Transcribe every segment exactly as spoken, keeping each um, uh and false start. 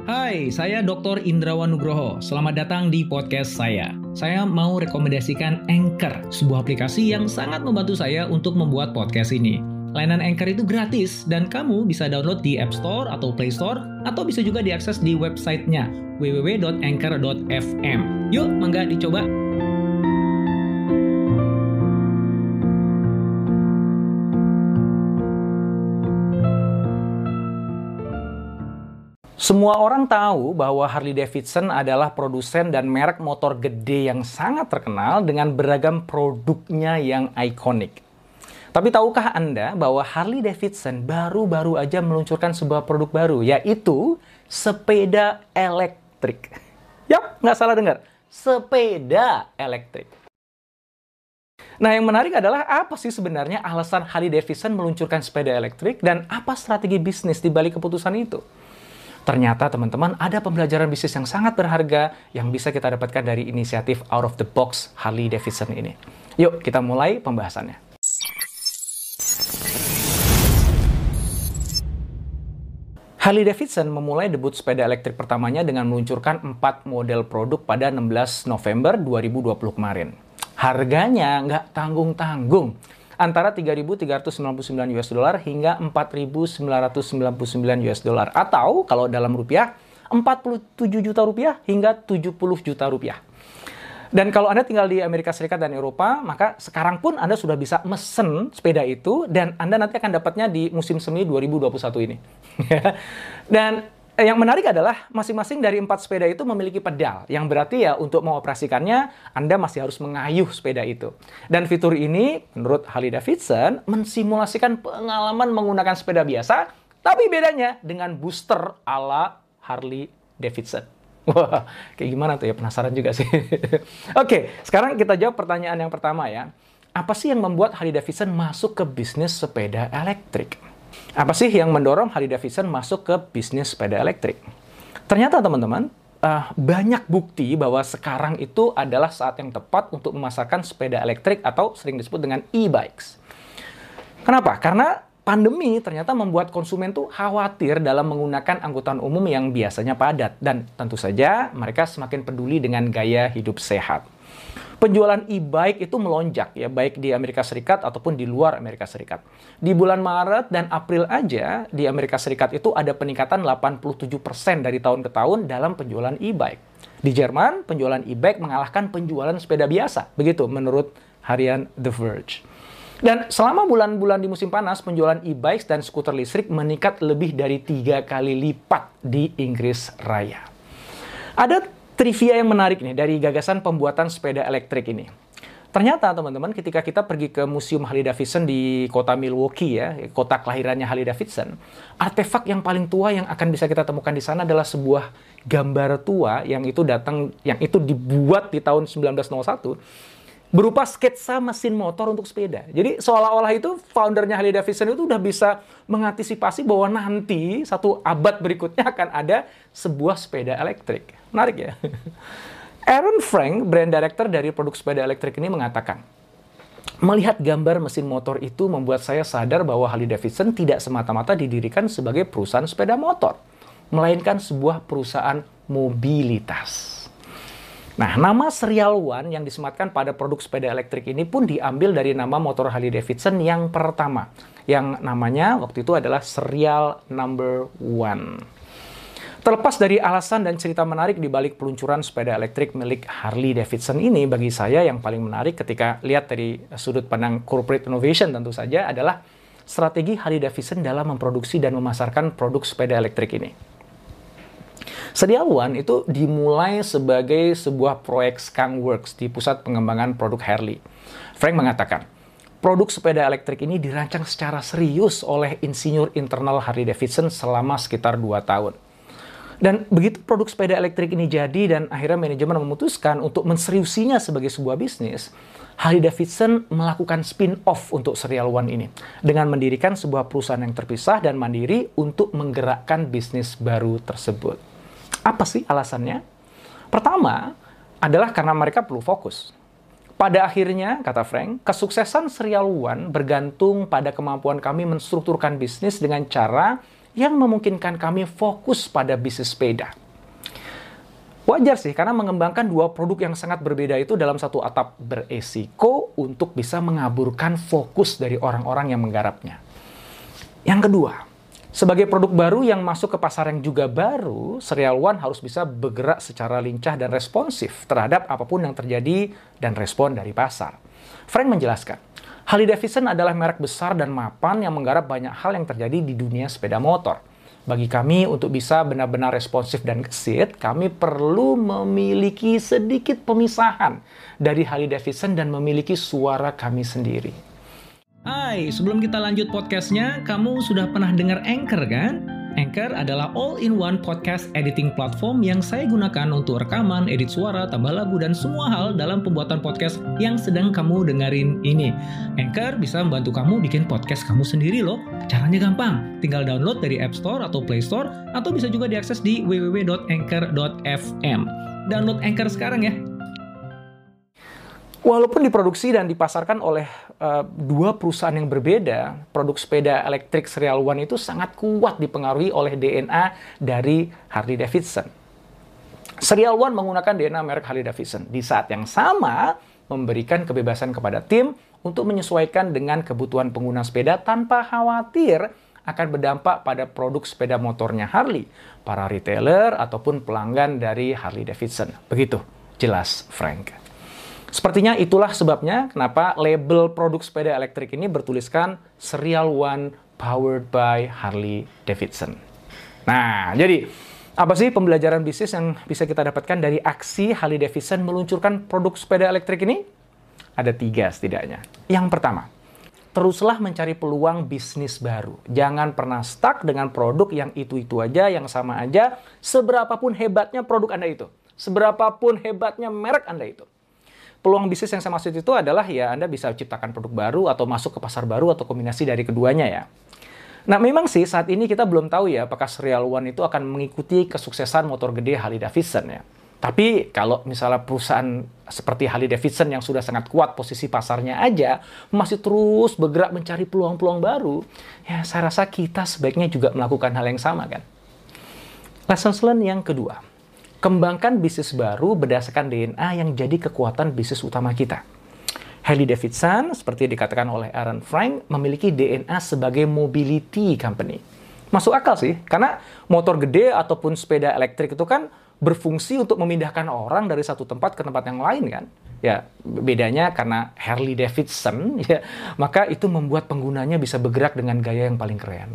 Hai, saya doktor Indrawan Nugroho. Selamat datang di podcast saya. Saya mau rekomendasikan Anchor, sebuah aplikasi yang sangat membantu saya untuk membuat podcast ini. Layanan Anchor itu gratis dan kamu bisa download di App Store atau Play Store atau bisa juga diakses di websitenya w w w dot anchor dot f m. Yuk, mangga dicoba. Semua orang tahu bahwa Harley-Davidson adalah produsen dan merek motor gede yang sangat terkenal dengan beragam produknya yang ikonik. Tapi tahukah Anda bahwa Harley-Davidson baru-baru aja meluncurkan sebuah produk baru, yaitu sepeda elektrik. Yap, nggak salah dengar. Sepeda elektrik. Nah, yang menarik adalah apa sih sebenarnya alasan Harley-Davidson meluncurkan sepeda elektrik dan apa strategi bisnis di balik keputusan itu? Ternyata teman-teman ada pembelajaran bisnis yang sangat berharga yang bisa kita dapatkan dari inisiatif Out of the Box Harley-Davidson ini. Yuk kita mulai pembahasannya. Harley-Davidson memulai debut sepeda elektrik pertamanya dengan meluncurkan empat model produk pada enam belas November dua ribu dua puluh kemarin. Harganya nggak tanggung-tanggung. Antara tiga ribu tiga ratus sembilan puluh sembilan US dollar hingga empat ribu sembilan ratus sembilan puluh sembilan US dollar. Atau kalau dalam rupiah, empat puluh tujuh juta rupiah hingga tujuh puluh juta rupiah. Dan kalau Anda tinggal di Amerika Serikat dan Eropa, maka sekarang pun Anda sudah bisa mesen sepeda itu dan Anda nanti akan dapatnya di musim semi dua ribu dua puluh satu ini. Dan yang menarik adalah masing-masing dari empat sepeda itu memiliki pedal, yang berarti ya untuk mengoperasikannya Anda masih harus mengayuh sepeda itu. Dan fitur ini menurut Harley-Davidson mensimulasikan pengalaman menggunakan sepeda biasa, tapi bedanya dengan booster ala Harley-Davidson. Wah, kayak gimana tuh ya? Penasaran juga sih. Oke, sekarang kita jawab pertanyaan yang pertama ya. Apa sih yang membuat Harley-Davidson masuk ke bisnis sepeda elektrik? Apa sih yang mendorong Harley-Davidson masuk ke bisnis sepeda elektrik? Ternyata teman-teman, uh, banyak bukti bahwa sekarang itu adalah saat yang tepat untuk memasarkan sepeda elektrik atau sering disebut dengan e-bikes. Kenapa? Karena pandemi ternyata membuat konsumen tuh khawatir dalam menggunakan angkutan umum yang biasanya padat. Dan tentu saja mereka semakin peduli dengan gaya hidup sehat. Penjualan e-bike itu melonjak ya, baik di Amerika Serikat ataupun di luar Amerika Serikat. Di bulan Maret dan April aja di Amerika Serikat itu ada peningkatan delapan puluh tujuh persen dari tahun ke tahun dalam penjualan e-bike. Di Jerman, penjualan e-bike mengalahkan penjualan sepeda biasa, begitu menurut harian The Verge. Dan selama bulan-bulan di musim panas, penjualan e-bikes dan skuter listrik meningkat lebih dari tiga kali lipat di Inggris Raya. Ada trivia yang menarik nih dari gagasan pembuatan sepeda elektrik ini. Ternyata teman-teman ketika kita pergi ke Museum Harley-Davidson di kota Milwaukee ya, kota kelahirannya Harley-Davidson, artefak yang paling tua yang akan bisa kita temukan di sana adalah sebuah gambar tua yang itu datang yang itu dibuat di tahun sembilan belas nol satu berupa sketsa mesin motor untuk sepeda. Jadi seolah-olah itu foundernya Harley-Davidson itu udah bisa mengantisipasi bahwa nanti satu abad berikutnya akan ada sebuah sepeda elektrik. Menarik ya. Aaron Frank, brand director dari produk sepeda elektrik ini mengatakan, melihat gambar mesin motor itu membuat saya sadar bahwa Harley-Davidson tidak semata-mata didirikan sebagai perusahaan sepeda motor, melainkan sebuah perusahaan mobilitas. Nah, nama Serial One yang disematkan pada produk sepeda elektrik ini pun diambil dari nama motor Harley-Davidson yang pertama, yang namanya waktu itu adalah Serial Number One. Terlepas dari alasan dan cerita menarik di balik peluncuran sepeda elektrik milik Harley-Davidson ini, bagi saya yang paling menarik ketika lihat dari sudut pandang corporate innovation tentu saja adalah strategi Harley-Davidson dalam memproduksi dan memasarkan produk sepeda elektrik ini. Serial One itu dimulai sebagai sebuah proyek Skunk Works di pusat pengembangan produk Harley. Frank mengatakan, produk sepeda elektrik ini dirancang secara serius oleh insinyur internal Harley-Davidson selama sekitar dua tahun. Dan begitu produk sepeda elektrik ini jadi dan akhirnya manajemen memutuskan untuk menseriusinya sebagai sebuah bisnis, Harley-Davidson melakukan spin-off untuk Serial One ini dengan mendirikan sebuah perusahaan yang terpisah dan mandiri untuk menggerakkan bisnis baru tersebut. Apa sih alasannya? Pertama, adalah karena mereka perlu fokus. Pada akhirnya, kata Frank, kesuksesan Serial One bergantung pada kemampuan kami menstrukturkan bisnis dengan cara yang memungkinkan kami fokus pada bisnis sepeda. Wajar sih, karena mengembangkan dua produk yang sangat berbeda itu dalam satu atap beresiko untuk bisa mengaburkan fokus dari orang-orang yang menggarapnya. Yang kedua, sebagai produk baru yang masuk ke pasar yang juga baru, Serial One harus bisa bergerak secara lincah dan responsif terhadap apapun yang terjadi dan respon dari pasar. Frank menjelaskan, Harley-Davidson adalah merek besar dan mapan yang menggarap banyak hal yang terjadi di dunia sepeda motor. Bagi kami untuk bisa benar-benar responsif dan gesit, kami perlu memiliki sedikit pemisahan dari Harley-Davidson dan memiliki suara kami sendiri. Hai, sebelum kita lanjut podcastnya, kamu sudah pernah dengar Anchor kan? Anchor adalah all-in-one podcast editing platform yang saya gunakan untuk rekaman, edit suara, tambah lagu, dan semua hal dalam pembuatan podcast yang sedang kamu dengerin ini. Anchor bisa membantu kamu bikin podcast kamu sendiri loh. Caranya gampang, tinggal download dari App Store atau Play Store, atau bisa juga diakses di w w w dot anchor dot f m. Download Anchor sekarang ya. Walaupun diproduksi dan dipasarkan oleh uh, dua perusahaan yang berbeda, produk sepeda elektrik Serial One itu sangat kuat dipengaruhi oleh D N A dari Harley-Davidson. Serial One menggunakan D N A merek Harley-Davidson. Di saat yang sama, memberikan kebebasan kepada tim untuk menyesuaikan dengan kebutuhan pengguna sepeda tanpa khawatir akan berdampak pada produk sepeda motornya Harley, para retailer, ataupun pelanggan dari Harley-Davidson. Begitu jelas Frank. Sepertinya itulah sebabnya kenapa label produk sepeda elektrik ini bertuliskan Serial One Powered by Harley-Davidson. Nah, jadi apa sih pembelajaran bisnis yang bisa kita dapatkan dari aksi Harley-Davidson meluncurkan produk sepeda elektrik ini? Ada tiga setidaknya. Yang pertama, teruslah mencari peluang bisnis baru. Jangan pernah stuck dengan produk yang itu-itu aja, yang sama aja, seberapapun hebatnya produk Anda itu. Seberapapun hebatnya merek Anda itu. Peluang bisnis yang saya maksud itu adalah ya Anda bisa ciptakan produk baru atau masuk ke pasar baru atau kombinasi dari keduanya ya. Nah memang sih saat ini kita belum tahu ya apakah Serial One itu akan mengikuti kesuksesan motor gede Harley-Davidson ya. Tapi kalau misalnya perusahaan seperti Harley-Davidson yang sudah sangat kuat posisi pasarnya aja masih terus bergerak mencari peluang-peluang baru, ya saya rasa kita sebaiknya juga melakukan hal yang sama kan. Lessons learned yang kedua. Kembangkan bisnis baru berdasarkan D N A yang jadi kekuatan bisnis utama kita. Harley-Davidson, seperti dikatakan oleh Aaron Frank, memiliki D N A sebagai mobility company. Masuk akal sih, karena motor gede ataupun sepeda elektrik itu kan berfungsi untuk memindahkan orang dari satu tempat ke tempat yang lain kan. Ya, bedanya karena Harley-Davidson, ya, maka itu membuat penggunanya bisa bergerak dengan gaya yang paling keren.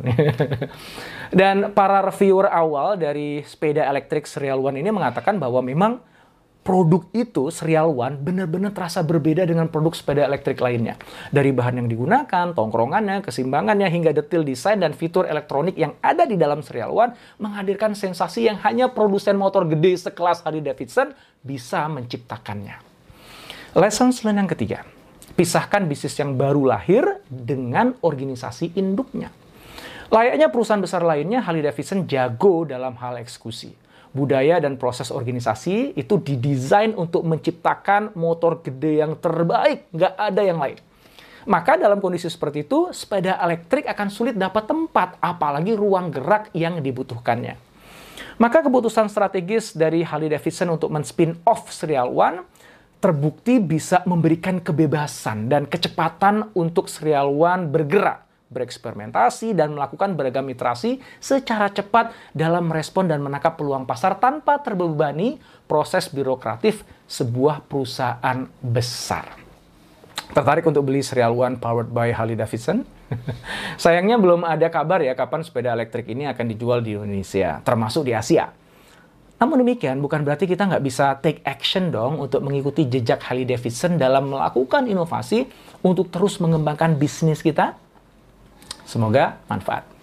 Dan para reviewer awal dari sepeda elektrik Serial One ini mengatakan bahwa memang produk itu, Serial One, benar-benar terasa berbeda dengan produk sepeda elektrik lainnya. Dari bahan yang digunakan, tongkrongannya, keseimbangannya, hingga detail desain dan fitur elektronik yang ada di dalam Serial One menghadirkan sensasi yang hanya produsen motor gede sekelas Harley-Davidson bisa menciptakannya. Lessons learned yang ketiga, pisahkan bisnis yang baru lahir dengan organisasi induknya. Layaknya perusahaan besar lainnya, Harley-Davidson jago dalam hal eksekusi. Budaya dan proses organisasi itu didesain untuk menciptakan motor gede yang terbaik, nggak ada yang lain. Maka dalam kondisi seperti itu, sepeda elektrik akan sulit dapat tempat, apalagi ruang gerak yang dibutuhkannya. Maka keputusan strategis dari Harley-Davidson untuk men-spin off Serial One terbukti bisa memberikan kebebasan dan kecepatan untuk Serial One bergerak, bereksperimentasi, dan melakukan beragam iterasi secara cepat dalam merespon dan menangkap peluang pasar tanpa terbebani proses birokratif sebuah perusahaan besar. Tertarik untuk beli Serial One powered by Harley-Davidson? Sayangnya belum ada kabar ya kapan sepeda elektrik ini akan dijual di Indonesia, termasuk di Asia. Namun demikian, bukan berarti kita nggak bisa take action dong untuk mengikuti jejak Harley-Davidson dalam melakukan inovasi untuk terus mengembangkan bisnis kita. Semoga manfaat.